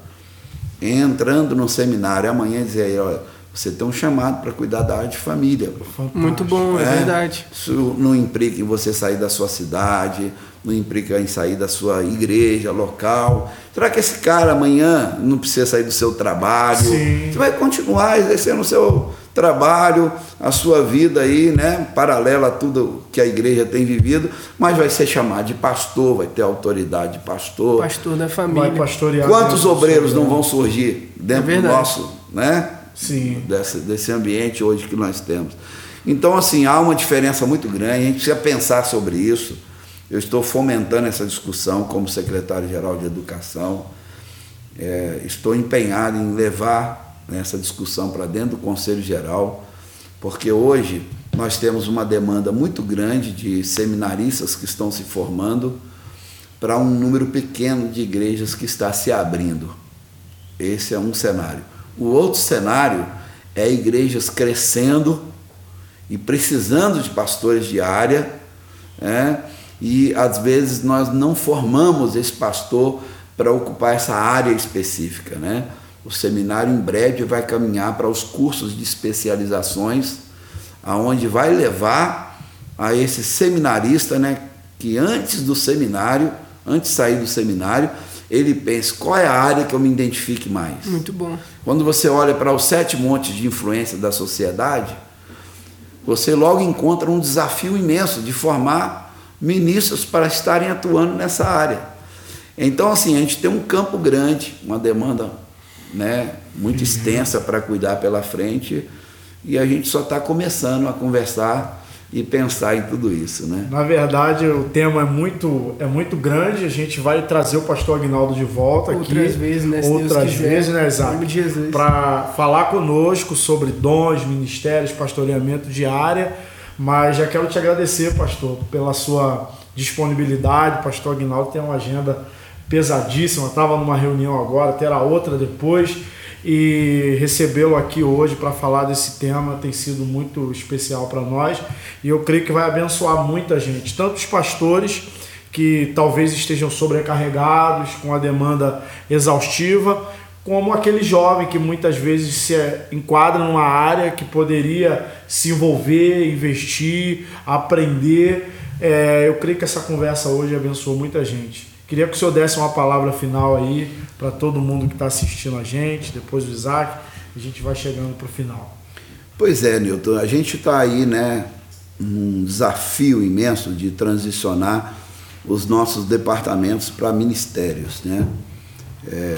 entrando num seminário, amanhã dizer aí: olha, você tem um chamado para cuidar da área de família. Fantástico. Muito bom, é, é verdade. Isso não implica em você sair da sua cidade, não implica em sair da sua igreja local. Será que esse cara amanhã não precisa sair do seu trabalho? Sim. Você vai continuar exercendo o seu trabalho, a sua vida aí, né, paralela a tudo que a igreja tem vivido, mas vai ser chamado de pastor, vai ter autoridade de pastor. Pastor da família. Vai pastorear. Quantos obreiros não vão surgir dentro é do nosso, né? Sim. Desse, desse ambiente hoje que nós temos. Então, assim, há uma diferença muito grande, a gente precisa pensar sobre isso. Eu estou fomentando essa discussão como secretário-geral de Educação. É, estou empenhado em levar essa discussão para dentro do Conselho Geral, porque hoje nós temos uma demanda muito grande de seminaristas que estão se formando para um número pequeno de igrejas que está se abrindo. Esse é um cenário. O outro cenário é igrejas crescendo e precisando de pastores de área, né? E às vezes nós não formamos esse pastor para ocupar essa área específica, né? O seminário em breve vai caminhar para os cursos de especializações, aonde vai levar a esse seminarista, né, que antes do seminário, antes de sair do seminário, ele pense qual é a área que eu me identifique mais. Muito bom. Quando você olha para os sete montes de influência da sociedade, você logo encontra um desafio imenso de formar ministros para estarem atuando nessa área. Então, assim, a gente tem um campo grande, uma demanda, né, muito extensa para cuidar pela frente, e a gente só está começando a conversar e pensar em tudo isso, né? Na verdade, o tema é muito, é muito grande. A gente vai trazer o pastor Aguinaldo de volta outras aqui. Vezes, né, outras vezes, né, Isaac? Para falar conosco sobre dons, ministérios, pastoreamento de área. Mas já quero te agradecer, pastor, pela sua disponibilidade. O pastor Aguinaldo tem uma agenda pesadíssima, estava numa reunião agora, terá outra depois, e recebê-lo aqui hoje para falar desse tema tem sido muito especial para nós, e eu creio que vai abençoar muita gente, tanto os pastores que talvez estejam sobrecarregados com a demanda exaustiva, como aquele jovem que muitas vezes se enquadra numa área que poderia se envolver, investir, aprender. É, eu creio que essa conversa hoje abençoou muita gente. Queria que o senhor desse uma palavra final aí para todo mundo que está assistindo a gente, depois o Isaac, a gente vai chegando para o final. Pois é, Newton, a gente está aí, né, um desafio imenso de transicionar os nossos departamentos para ministérios, né? É,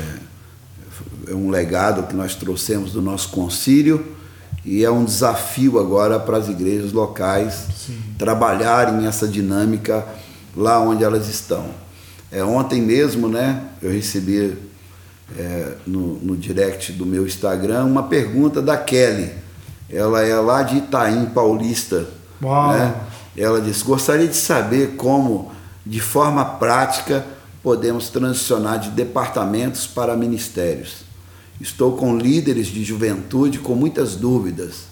é um legado que nós trouxemos do nosso concílio e é um desafio agora para as igrejas locais Sim. trabalharem essa dinâmica lá onde elas estão. É, ontem mesmo, né, eu recebi é, no, no direct do meu Instagram uma pergunta da Kelly. Ela é lá de Itaim Paulista. Uau. Né? Ela disse, gostaria de saber como, de forma prática, podemos transicionar de departamentos para ministérios. Estou com líderes de juventude com muitas dúvidas.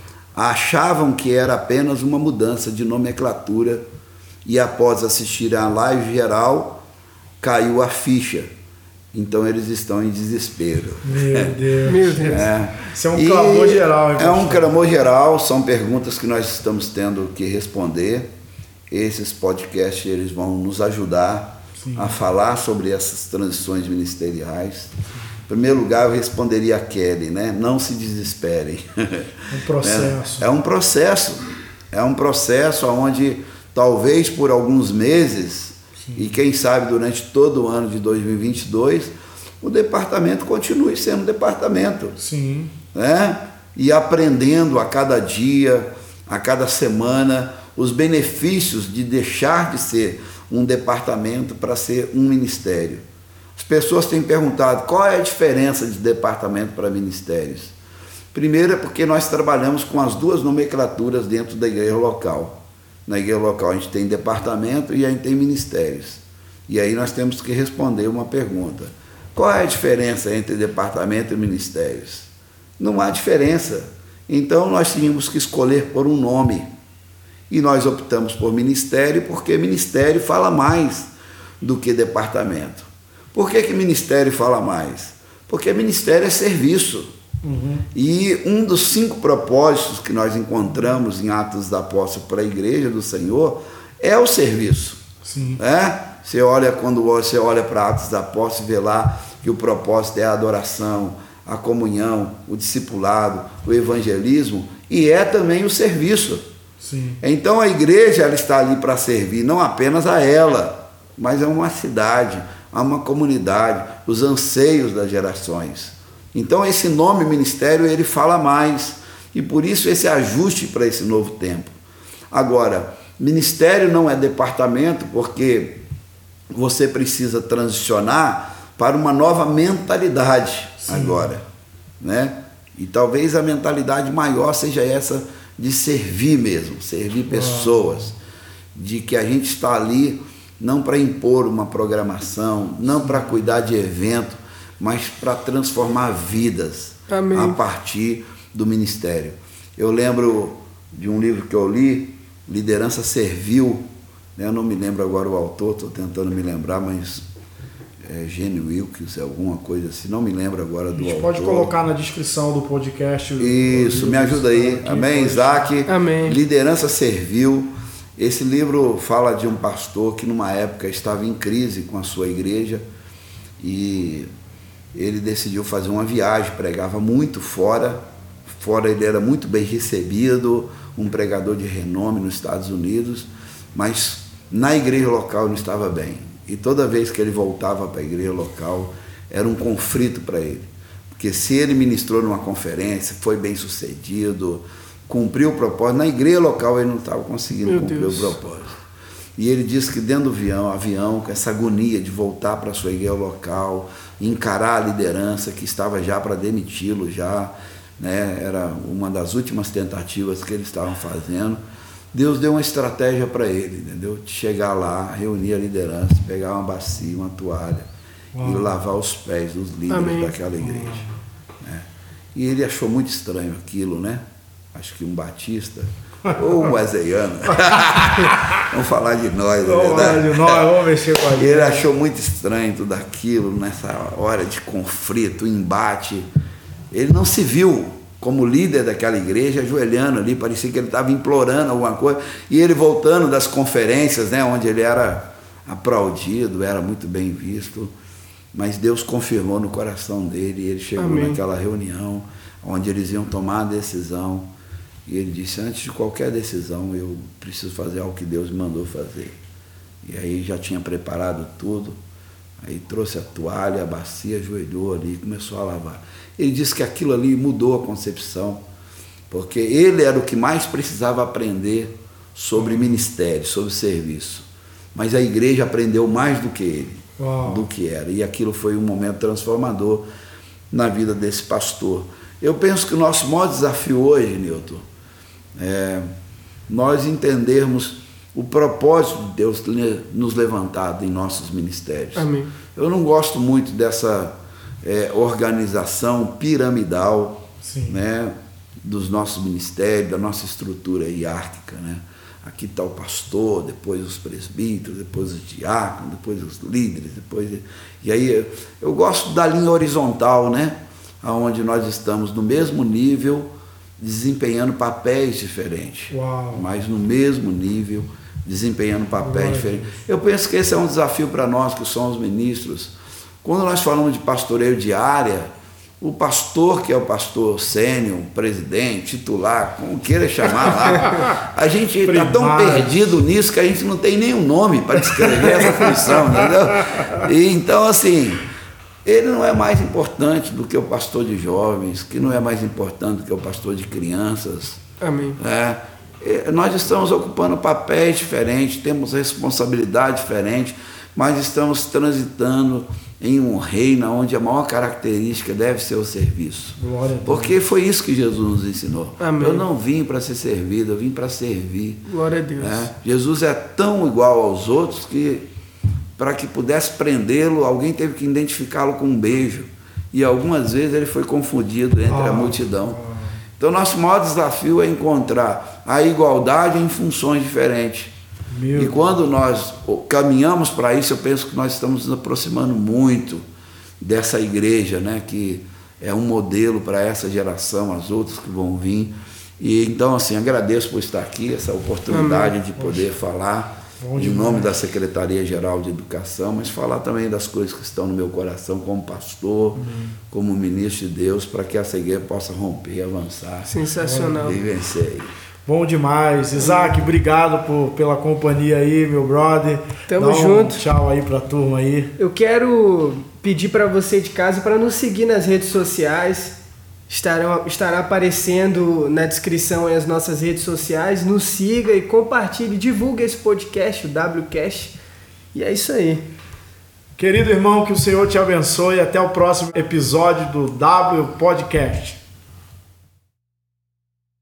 Achavam que era apenas uma mudança de nomenclatura e após assistir à live geral, caiu a ficha. Então eles estão em desespero. Meu Deus. Meu Deus. É. Isso é um clamor geral. Hein, é um clamor geral, são perguntas que nós estamos tendo que responder. Esses podcasts eles vão nos ajudar Sim. a falar sobre essas transições ministeriais. Em primeiro lugar, eu responderia a Kelly, né? Não se desesperem. Um processo. É, é um processo. É um processo onde talvez por alguns meses Sim. e quem sabe durante todo o ano de dois mil e vinte e dois, o departamento continue sendo departamento. Sim. Né? E aprendendo a cada dia, a cada semana, os benefícios de deixar de ser um departamento para ser um ministério. As pessoas têm perguntado qual é a diferença de departamento para ministérios. Primeiro é porque nós trabalhamos com as duas nomenclaturas dentro da igreja local. Na igreja local a gente tem departamento e a gente tem ministérios. E aí nós temos que responder uma pergunta. Qual é a diferença entre departamento e ministérios? Não há diferença. Então nós tínhamos que escolher por um nome. E nós optamos por ministério porque ministério fala mais do que departamento. Por que que ministério fala mais? Porque ministério é serviço. Uhum. E um dos cinco propósitos que nós encontramos em Atos dos Apóstolos para a Igreja do Senhor é o serviço. Sim. É? Você olha, quando você olha para Atos dos Apóstolos, vê lá que o propósito é a adoração, a comunhão, o discipulado, o evangelismo e é também o serviço. Sim. Então a igreja ela está ali para servir não apenas a ela, mas a uma cidade, a uma comunidade, os anseios das gerações. Então esse nome ministério ele fala mais, E por isso esse ajuste para esse novo tempo. Agora, ministério não é departamento, porque você precisa transicionar para uma nova mentalidade. Sim. Agora, né? E talvez a mentalidade maior seja essa de servir mesmo, servir pessoas, de que a gente está ali não para impor uma programação, não para cuidar de evento, mas para transformar vidas. Amém. A partir do ministério. Eu lembro de um livro que eu li, Liderança Servil, né? Eu não me lembro agora o autor, estou tentando me lembrar, mas é Gene Wilkes, alguma coisa assim, não me lembro agora do autor. A gente pode colocar na descrição do podcast. Isso, me ajuda aí. Amém, Isaac? Amém. Liderança Servil. Esse livro fala de um pastor que numa época estava em crise com a sua igreja e ele decidiu fazer uma viagem, pregava muito fora, fora ele era muito bem recebido, um pregador de renome nos Estados Unidos, mas na igreja local não estava bem. E toda vez que ele voltava para a igreja local, era um conflito para ele. Porque se ele ministrou numa conferência, foi bem sucedido, cumpriu o propósito, na igreja local ele não estava conseguindo Meu cumprir Deus. o propósito. E ele disse que dentro do avião, avião, com essa agonia de voltar para a sua igreja local, encarar a liderança que estava já para demiti-lo, já, né, era uma das últimas tentativas que eles estavam fazendo. Deus deu uma estratégia para ele, entendeu? De chegar lá, reunir a liderança, pegar uma bacia, uma toalha Uau. e lavar os pés dos líderes Amém. daquela igreja. Né? E ele achou muito estranho aquilo, né? Acho que um batista ou um wesleyano. Vamos falar de nós, Vamos falar de nós, vamos mexer com a gente. Ele achou muito estranho tudo aquilo, nessa hora de conflito, embate. Ele não se viu como líder daquela igreja, ajoelhando ali, parecia que ele estava implorando alguma coisa, e ele voltando das conferências, né, onde ele era aplaudido, era muito bem visto, mas Deus confirmou no coração dele, e ele chegou Amém. naquela reunião, onde eles iam tomar a decisão, e ele disse, antes de qualquer decisão, eu preciso fazer algo que Deus me mandou fazer. E aí já tinha preparado tudo, aí trouxe a toalha, a bacia, ajoelhou ali e começou a lavar. Ele disse que aquilo ali mudou a concepção, porque ele era o que mais precisava aprender sobre ministério, sobre serviço. Mas a igreja aprendeu mais do que ele, Uau. do que era. E aquilo foi um momento transformador na vida desse pastor. Eu penso que o nosso maior desafio hoje, Nilton, é nós entendermos o propósito de Deus nos levantado em nossos ministérios. Amém. Eu não gosto muito dessa é, organização piramidal, né, dos nossos ministérios, da nossa estrutura hierárquica, né? Aqui está o pastor, depois os presbíteros, depois os diáconos, depois os líderes, depois... E aí eu gosto da linha horizontal, né? Onde nós estamos no mesmo nível, desempenhando papéis diferentes, Uau. mas no mesmo nível, desempenhando papéis Uau. diferentes. Eu penso que esse é um desafio para nós que somos ministros. Quando nós falamos de pastoreio de área, o pastor, que é o pastor sênior, presidente, titular, como queira chamar lá, a gente está tão perdido nisso que a gente não tem nenhum nome para descrever essa função, entendeu? E, então, assim, ele não é mais importante do que o pastor de jovens, que não é mais importante do que o pastor de crianças. Amém. É, nós estamos ocupando papéis diferentes, temos responsabilidade diferente, mas estamos transitando em um reino onde a maior característica deve ser o serviço. Porque foi isso que Jesus nos ensinou. Amém. Eu não vim para ser servido, eu vim para servir. Glória a Deus. É, Jesus é tão igual aos outros que, para que pudesse prendê-lo, alguém teve que identificá-lo com um beijo. E algumas vezes ele foi confundido entre ah, a multidão. Ah. Então, nosso maior desafio é encontrar a igualdade em funções diferentes. Meu e quando nós caminhamos para isso, eu penso que nós estamos nos aproximando muito dessa igreja, né, que é um modelo para essa geração, as outras que vão vir. E então, assim, agradeço por estar aqui, essa oportunidade Amém. de poder Poxa. falar Bom em nome da Secretaria-Geral de Educação, mas falar também das coisas que estão no meu coração como pastor, Amém. como ministro de Deus, para que essa igreja possa romper, avançar. Sensacional. E vencer aí. Bom demais. Isaac, obrigado por, pela companhia aí, meu brother. Tamo Dá um junto. Tchau aí pra turma aí. Eu quero pedir para você de casa para nos seguir nas redes sociais. estarão, estará aparecendo na descrição aí as nossas redes sociais. Nos siga e compartilhe, divulgue esse podcast, o WCast. E é isso aí. Querido irmão, que o Senhor te abençoe. Até o próximo episódio do W Podcast.